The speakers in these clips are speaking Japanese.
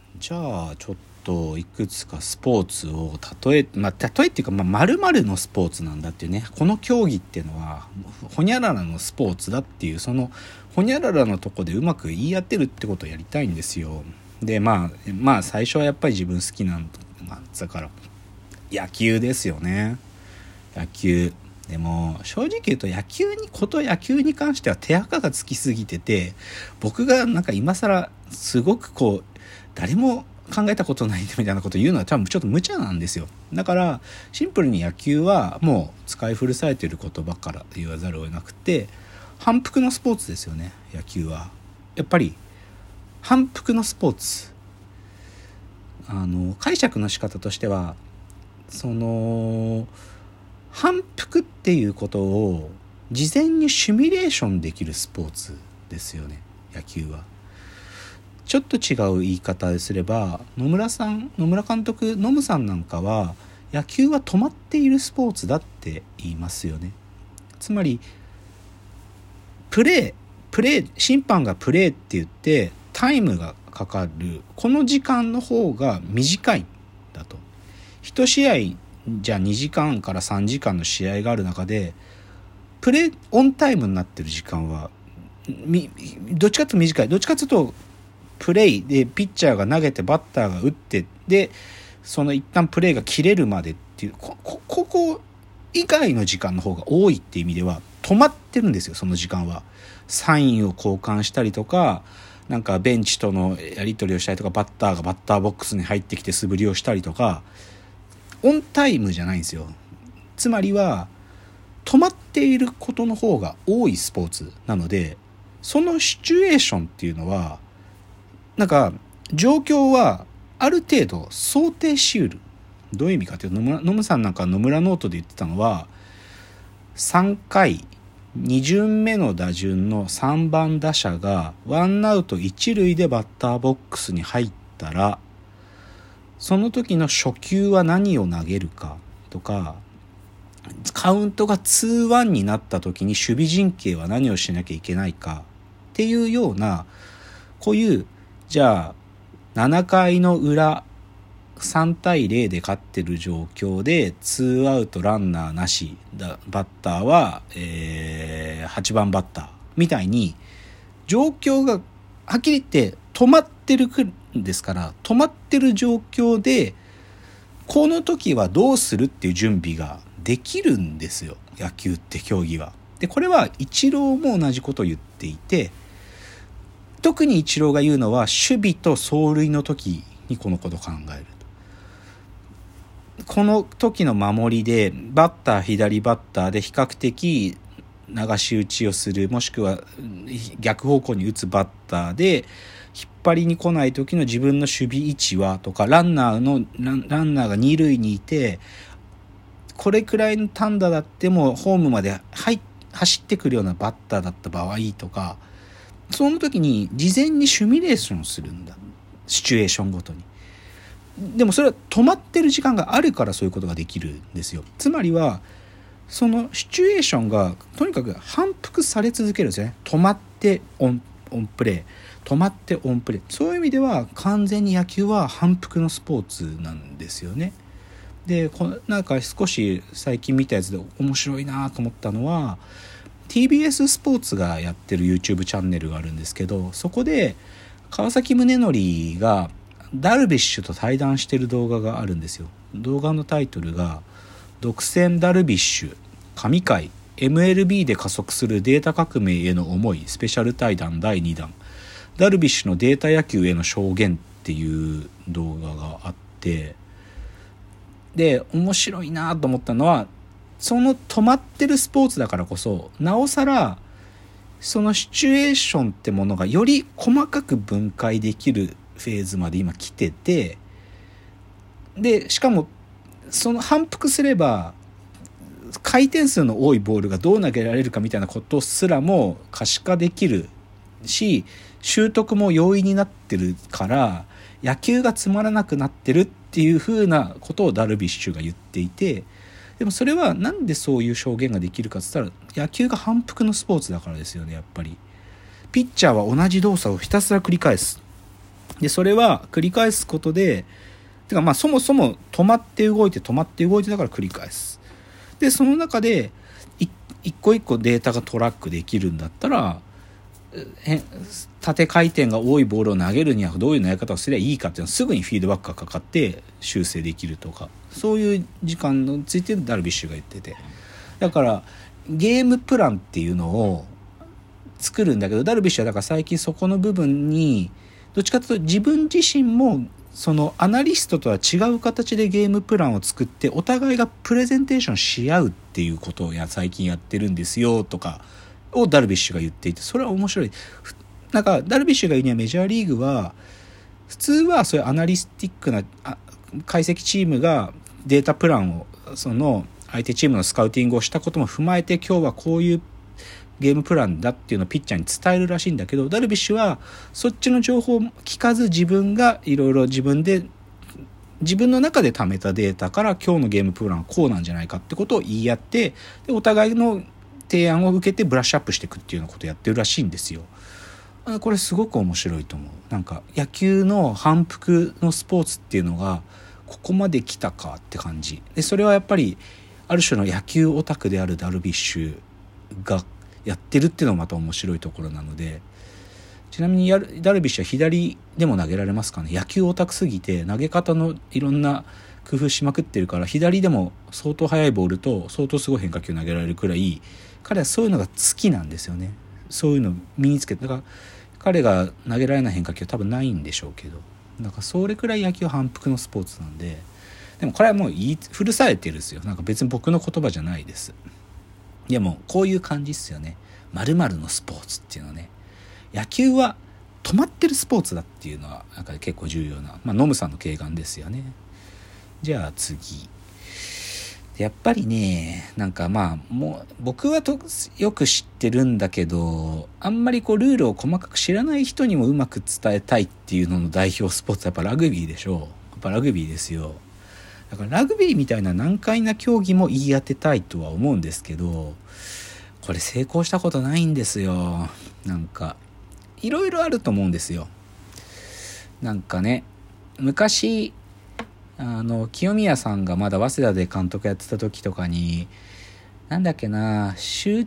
じゃあちょっといくつかスポーツを例えっていうか、〇〇のスポーツなんだっていうね、この競技っていうのはホニャララのスポーツだっていう、そのホニャララのとこでうまく言い合ってるってことをやりたいんですよ。で最初はやっぱり自分好きなんだから野球ですよね。野球でも正直言うと野球に関しては手垢がつきすぎてて、僕がなんか今更すごく誰も考えたことないみたいなことを言うのは多分ちょっと無茶なんですよ。だからシンプルに野球はもう使い古されている言葉から言わざるを得なくて、反復のスポーツですよね。野球はやっぱり反復のスポーツ。解釈の仕方としては反復っていうことを事前にシミュレーションできるスポーツですよね、野球は。ちょっと違う言い方ですれば、野村監督、野村さんなんかは野球は止まっているスポーツだって言いますよね。つまり審判がプレーって言ってタイムがかかるこの時間の方が短いんだと。一試合じゃあ2時間から3時間の試合がある中でプレーオンタイムになってる時間はどっちかというと短い。どっちかというとプレイでピッチャーが投げてバッターが打ってでその一旦プレーが切れるまでっていうここ以外の時間の方が多いっていう意味では止まってるんですよ。その時間はサインを交換したりとか、なんかベンチとのやり取りをしたりとか、バッターがバッターボックスに入ってきて素振りをしたりとか、オンタイムじゃないんですよ。つまりは止まっていることの方が多いスポーツなので、そのシチュエーションっていうのはなんか状況はある程度想定しうる。どういう意味かというと、野村さんなんか野村ノートで言ってたのは、3回2巡目の打順の3番打者がワンアウト1塁でバッターボックスに入ったら、その時の初球は何を投げるかとか、カウントが 2-1 になった時に守備陣形は何をしなきゃいけないかっていうような、こういうじゃあ7回の裏3対0で勝ってる状況で2アウトランナーなしだ、バッターは、8番バッターみたいに状況がはっきり言って止まってるんですから、止まってる状況でこの時はどうするっていう準備ができるんですよ、野球って競技は。でこれはイチローも同じことを言っていて、特にイチローが言うのは守備と走塁の時にこのことを考える。この時の守りでバッター左バッターで比較的流し打ちをする、もしくは逆方向に打つバッターで引っ張りに来ない時の自分の守備位置はとか、ランナーが二塁にいてこれくらいの単打だってもホームまで走ってくるようなバッターだった場合とか、その時に事前にシミュレーションするんだ、シチュエーションごとに。でもそれは止まってる時間があるからそういうことができるんですよ。つまりはそのシチュエーションがとにかく反復され続けるんですよね。止まってオンプレー、止まってオンプレー。そういう意味では完全に野球は反復のスポーツなんですよね。でなんか少し最近見たやつで面白いなと思ったのは、 TBS スポーツがやってる YouTube チャンネルがあるんですけど、そこで川崎宗則がダルビッシュと対談してる動画があるんですよ。動画のタイトルが独占ダルビッシュ神回 MLB で加速するデータ革命への思いスペシャル対談第2弾ダルビッシュのデータ野球への証言っていう動画があって、で面白いなと思ったのは、その止まってるスポーツだからこそなおさらそのシチュエーションってものがより細かく分解できるフェーズまで今来てて、でしかもその反復すれば回転数の多いボールがどう投げられるかみたいなことすらも可視化できるし、習得も容易になってるから野球がつまらなくなってるっていう風なことをダルビッシュが言っていて、でもそれはなんでそういう証言ができるかって言ったら、野球が反復のスポーツだからですよね。やっぱりピッチャーは同じ動作をひたすら繰り返す。 でそれは繰り返すことで、てかそもそも止まって動いてだから繰り返す。でその中で一個一個データがトラックできるんだったら、縦回転が多いボールを投げるにはどういう投げ方をすればいいかっていうのはすぐにフィードバックがかかって修正できるとか、そういう時間についてダルビッシュが言ってて、だからゲームプランっていうのを作るんだけど、ダルビッシュはだから最近そこの部分にどっちかというと自分自身もそのアナリストとは違う形でゲームプランを作ってお互いがプレゼンテーションし合うっていうことを最近やってるんですよとかをダルビッシュが言っていて、それは面白い。なんかダルビッシュが言うにはメジャーリーグは普通はそういうアナリスティックな解析チームがデータプランをその相手チームのスカウティングをしたことも踏まえて今日はこういうゲームプランだっていうのをピッチャーに伝えるらしいんだけど、ダルビッシュはそっちの情報を聞かず自分がいろいろ自分の中で貯めたデータから今日のゲームプランはこうなんじゃないかってことを言い合って、でお互いの提案を受けてブラッシュアップしていくっていうようなことをやってるらしいんですよ。これすごく面白いと思う。なんか野球の反復のスポーツっていうのがここまで来たかって感じで、それはやっぱりある種の野球オタクであるダルビッシュがやってるっていうのがまた面白いところなので、ちなみにダルビッシュは左でも投げられますかね。野球オタクすぎて投げ方のいろんな工夫しまくってるから左でも相当速いボールと相当すごい変化球投げられるくらい彼はそういうのが好きなんですよね。そういうのを身につけて、だから彼が投げられない変化球は多分ないんでしょうけど、だからそれくらい野球は反復のスポーツなんで、でもこれはもう古されてるんですよ。なんか別に僕の言葉じゃないです。でもこういう感じっすよね。〇〇のスポーツっていうのね、野球は止まってるスポーツだっていうのはなんか結構重要な、ノムさんの敬願ですよね。じゃあ次、やっぱりね、なんかもう僕はよく知ってるんだけど、あんまりルールを細かく知らない人にもうまく伝えたいっていうのの代表スポーツはやっぱラグビーでしょう。やっぱラグビーですよ。だからラグビーみたいな難解な競技も言い当てたいとは思うんですけど、これ成功したことないんですよ。なんかいろいろあると思うんですよ。なんかね、昔清宮さんがまだ早稲田で監督やってた時とかに、なんだっけな、集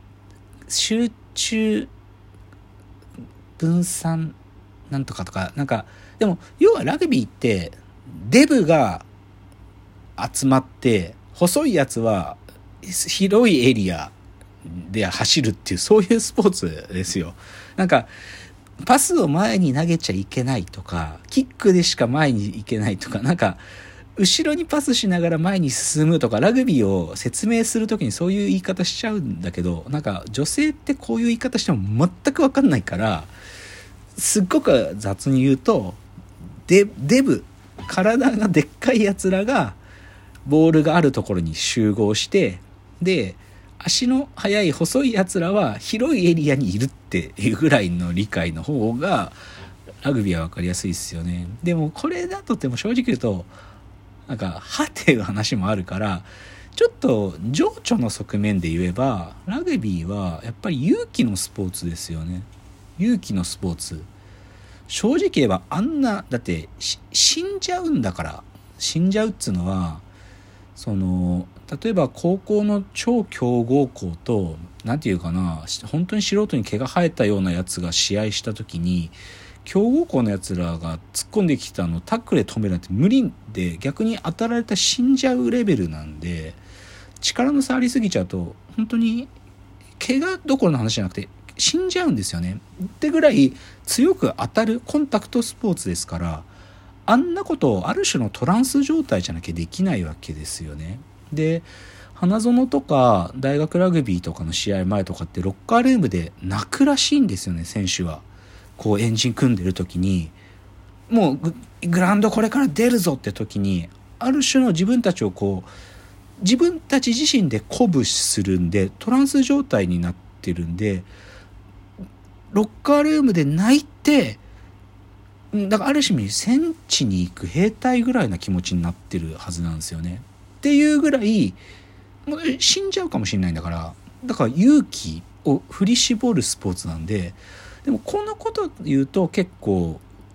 中分散なんとかとか、なんかでも要はラグビーってデブが集まって細いやつは広いエリアで走るっていう、そういうスポーツですよ。なんかパスを前に投げちゃいけないとか、キックでしか前に行けないとか、なんか後ろにパスしながら前に進むとか、ラグビーを説明するときにそういう言い方しちゃうんだけど、なんか女性ってこういう言い方しても全く分かんないから、すっごく雑に言うとデブ、体がでっかいやつらがボールがあるところに集合して、で足の速い細いやつらは広いエリアにいるっていうぐらいの理解の方がラグビーは分かりやすいですよね。でもこれだとでも正直言うとなんかはっていう話もあるから、ちょっと情緒の側面で言えばラグビーはやっぱり勇気のスポーツですよね。勇気のスポーツ。正直言えばだって死んじゃうんだから。死んじゃうっつうのは例えば高校の超強豪校となんていうかな、本当に素人に毛が生えたようなやつが試合した時に、強豪校のやつらが突っ込んできたのタックルで止めるなんて無理で、逆に当たられたら死んじゃうレベルなんで、力の差ありすぎちゃうと本当に怪我どころの話じゃなくて死んじゃうんですよねってぐらい強く当たるコンタクトスポーツですから、あんなことをある種のトランス状態じゃなきゃできないわけですよね。で花園とか大学ラグビーとかの試合前とかってロッカールームで泣くらしいんですよね。選手はこうエンジン組んでる時に、もうグラウンドこれから出るぞって時に、ある種の自分たちを自分たち自身で鼓舞するんで、トランス状態になってるんで、ロッカールームで泣いて、だからある種戦地に行く兵隊ぐらいな気持ちになってるはずなんですよね。っていうぐらいもう死んじゃうかもしれないんだから、だから勇気を振り絞るスポーツなんで。でもこのこと言うと結構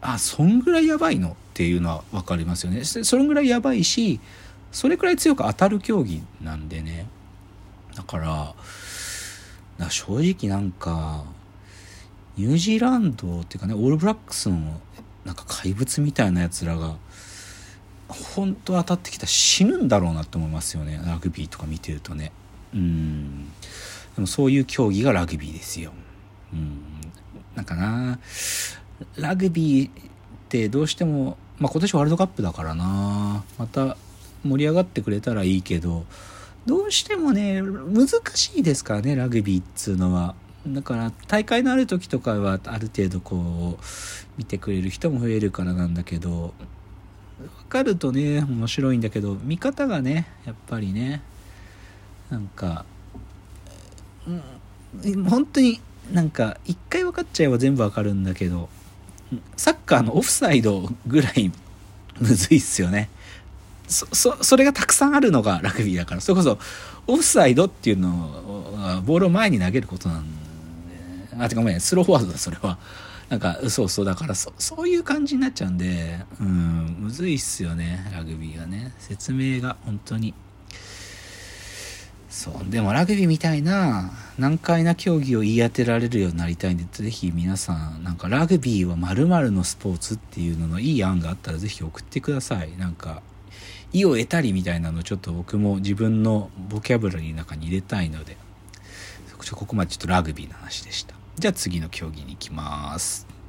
そんぐらいやばいのっていうのは分かりますよね。それぐらいやばいし、それくらい強く当たる競技なんでね。だから正直なんかニュージーランドっていうかね、オールブラックスのなんか怪物みたいなやつらが本当当たってきたら死ぬんだろうなって思いますよね、ラグビーとか見てるとね。でもそういう競技がラグビーですよ。なんかな、ラグビーってどうしても、今年ワールドカップだからな、また盛り上がってくれたらいいけど、どうしてもね難しいですからね、ラグビーっつうのは。だから大会のある時とかはある程度こう見てくれる人も増えるからなんだけど、分かるとね面白いんだけど、見方がねやっぱりね、なんか本当になんか一回分かっちゃえば全部分かるんだけど、サッカーのオフサイドぐらいむずいっすよね。それがたくさんあるのがラグビーだから。それこそオフサイドっていうのはボールを前に投げることなんで、ごめん、スローフォワードだそれは。なんかそうだからそういう感じになっちゃうんで、むずいっすよねラグビーはね、説明が本当に。でもラグビーみたいな難解な競技を言い当てられるようになりたいんで、ぜひ皆さんなんかラグビーは〇〇のスポーツっていうののいい案があったらぜひ送ってください。なんか意を得たりみたいなのちょっと僕も自分のボキャブラリーの中に入れたいので、ここまでちょっとラグビーの話でした。じゃあ次の競技に行きます。